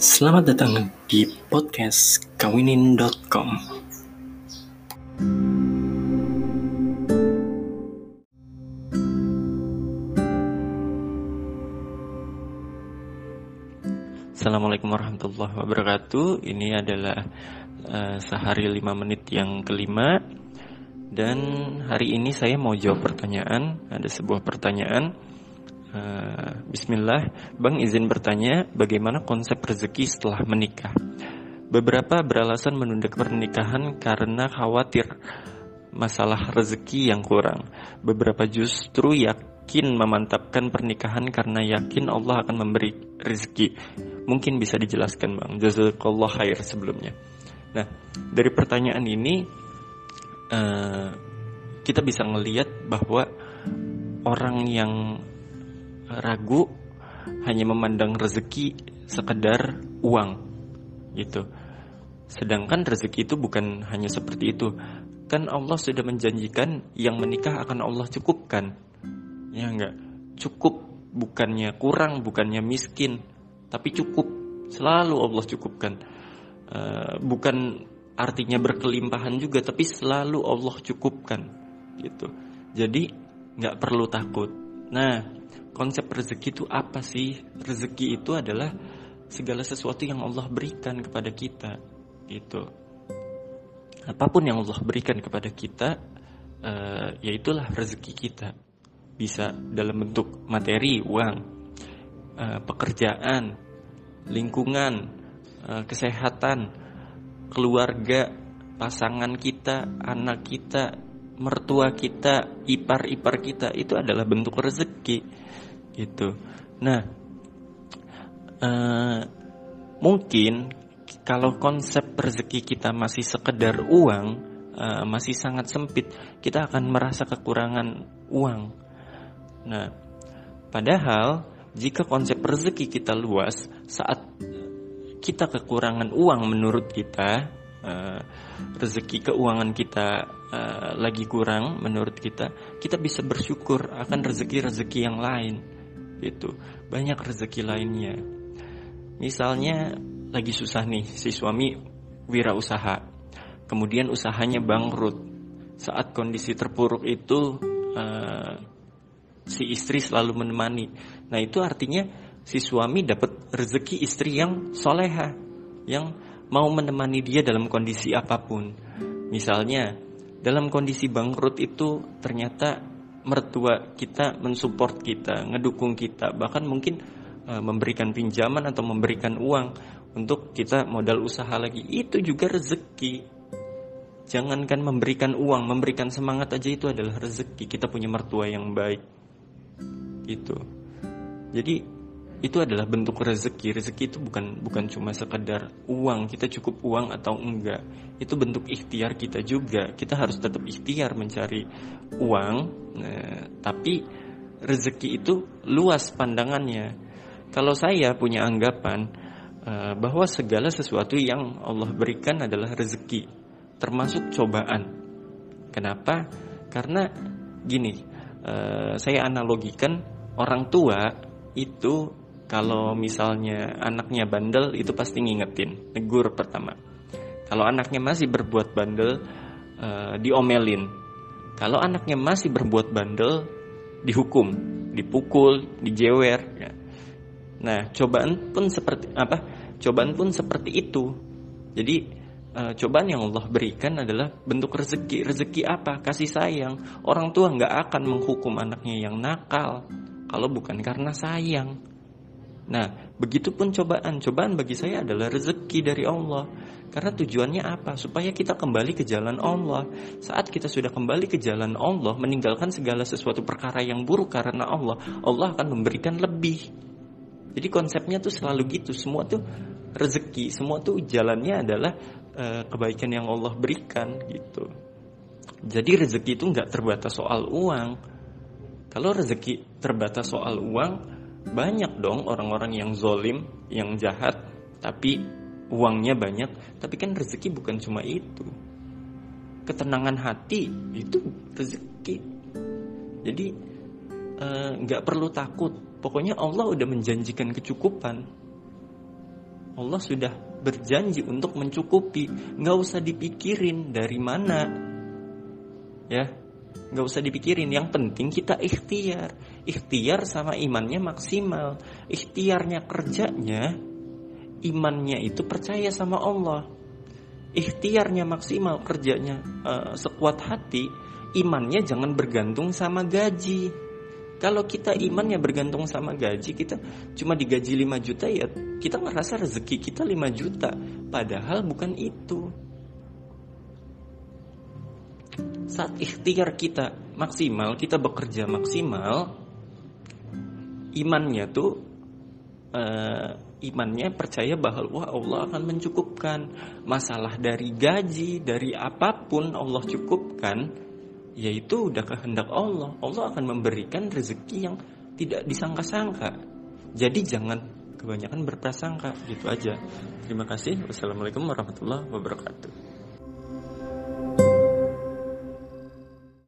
Selamat datang di podcast kawinin.com. Assalamualaikum warahmatullahi wabarakatuh. Ini adalah sehari 5 menit yang kelima. Dan hari ini saya mau jawab pertanyaan. Ada sebuah pertanyaan. Bismillah, Bang izin bertanya, bagaimana konsep rezeki setelah menikah? Beberapa beralasan menunda pernikahan karena khawatir masalah rezeki yang kurang. Beberapa justru yakin memantapkan pernikahan karena yakin Allah akan memberi rezeki. Mungkin bisa dijelaskan, Bang. Jazakallah khair sebelumnya. Nah, dari pertanyaan ini kita bisa ngelihat bahwa orang yang ragu hanya memandang rezeki sekedar uang gitu. Sedangkan rezeki itu bukan hanya seperti itu. Kan Allah sudah menjanjikan yang menikah akan Allah cukupkan. Ya enggak? Cukup, bukannya kurang, bukannya miskin, tapi cukup. Selalu Allah cukupkan. Bukan artinya berkelimpahan juga, tapi selalu Allah cukupkan gitu. Jadi enggak perlu takut. Nah, konsep rezeki itu apa sih? Rezeki itu adalah segala sesuatu yang Allah berikan kepada kita, gitu. Apapun yang Allah berikan kepada kita, yaitulah rezeki kita. Bisa dalam bentuk materi, uang, pekerjaan, lingkungan, kesehatan, keluarga, pasangan kita, anak kita, mertua kita, ipar-ipar kita, itu adalah bentuk rezeki gitu. Nah, mungkin kalau konsep rezeki kita masih sekedar uang, masih sangat sempit, kita akan merasa kekurangan uang. Nah, padahal jika konsep rezeki kita luas, saat kita kekurangan uang menurut kita, rezeki keuangan kita lagi kurang menurut kita bisa bersyukur akan rezeki-rezeki yang lain gitu. Banyak rezeki lainnya. Misalnya lagi susah nih, si suami wirausaha, kemudian usahanya bangkrut. Saat kondisi terpuruk itu si istri selalu menemani. Nah, itu artinya si suami dapat rezeki istri yang solehah, yang mau menemani dia dalam kondisi apapun. Misalnya dalam kondisi bangkrut itu ternyata mertua kita mensupport kita, ngedukung kita, bahkan mungkin memberikan pinjaman atau memberikan uang untuk kita modal usaha lagi. Itu juga rezeki. Jangankan memberikan uang, memberikan semangat aja itu adalah rezeki. Kita punya mertua yang baik gitu. Jadi itu adalah bentuk rezeki. Rezeki itu bukan cuma sekedar uang, kita cukup uang atau enggak. Itu bentuk ikhtiar kita juga. Kita harus tetap ikhtiar mencari uang. Nah, tapi rezeki itu luas pandangannya. Kalau saya punya anggapan bahwa segala sesuatu yang Allah berikan adalah rezeki, termasuk cobaan. Kenapa? Karena gini, saya analogikan orang tua itu, kalau misalnya anaknya bandel, itu pasti ngingetin, negur pertama. Kalau anaknya masih berbuat bandel, diomelin. Kalau anaknya masih berbuat bandel, dihukum, dipukul, dijewer. Ya. Nah, cobaan pun seperti apa? Cobaan pun seperti itu. Jadi cobaan yang Allah berikan adalah bentuk rezeki. Rezeki apa? Kasih sayang. Orang tua nggak akan menghukum anaknya yang nakal kalau bukan karena sayang. Nah, begitupun cobaan. Cobaan bagi saya adalah rezeki dari Allah. Karena tujuannya apa? Supaya kita kembali ke jalan Allah. Saat kita sudah kembali ke jalan Allah, meninggalkan segala sesuatu perkara yang buruk karena Allah, Allah akan memberikan lebih. Jadi konsepnya tuh selalu gitu. Semua tuh rezeki. Semua tuh jalannya adalah kebaikan yang Allah berikan gitu. Jadi rezeki itu gak terbatas soal uang. Kalau rezeki terbatas soal uang, banyak dong orang-orang yang zolim, yang jahat, tapi uangnya banyak. Tapi kan rezeki bukan cuma itu. Ketenangan hati itu rezeki. Jadi gak perlu takut. Pokoknya Allah udah menjanjikan kecukupan. Allah sudah berjanji untuk mencukupi. Nggak usah dipikirin dari mana, ya, nggak usah dipikirin. Yang penting kita ikhtiar sama imannya maksimal. Ikhtiarnya kerjanya, imannya itu percaya sama Allah. Ikhtiarnya maksimal, kerjanya sekuat hati, imannya jangan bergantung sama gaji. Kalau kita imannya bergantung sama gaji, kita cuma digaji 5 juta, ya kita ngerasa rezeki kita 5 juta. Padahal bukan itu. Saat ikhtiar kita maksimal, kita bekerja maksimal, imannya tuh imannya percaya bahwa Allah akan mencukupkan. Masalah dari gaji, dari apapun Allah cukupkan, yaitu udah kehendak Allah. Allah akan memberikan rezeki yang tidak disangka-sangka. Jadi jangan kebanyakan berprasangka. Gitu aja. Terima kasih. Wassalamualaikum warahmatullahi wabarakatuh.